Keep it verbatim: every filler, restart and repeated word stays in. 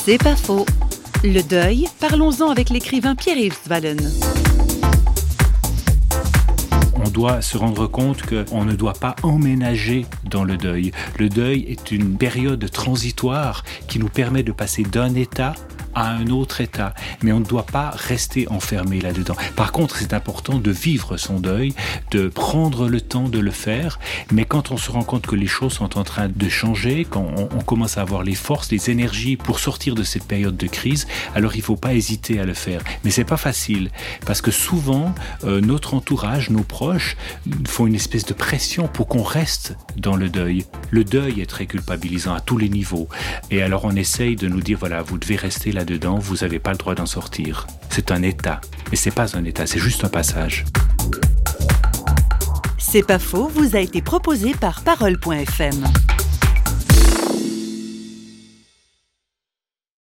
C'est pas faux. Le deuil, parlons-en avec l'écrivain Pierre-Yves Wallen. On doit se rendre compte qu'on ne doit pas emménager dans le deuil. Le deuil est une période transitoire qui nous permet de passer d'un état à un autre état, mais on ne doit pas rester enfermé là-dedans. Par contre, c'est important de vivre son deuil, de prendre le temps de le faire, mais quand on se rend compte que les choses sont en train de changer, quand on, on commence à avoir les forces, les énergies pour sortir de cette période de crise, alors il ne faut pas hésiter à le faire. Mais c'est pas facile, parce que souvent, euh, notre entourage, nos proches, font une espèce de pression pour qu'on reste dans le deuil. Le deuil est très culpabilisant à tous les niveaux, et alors on essaye de nous dire, voilà, vous devez rester là dedans, vous n'avez pas le droit d'en sortir. C'est un état, mais c'est pas un état, c'est juste un passage. C'est pas faux, vous a été proposé par Parole point F M.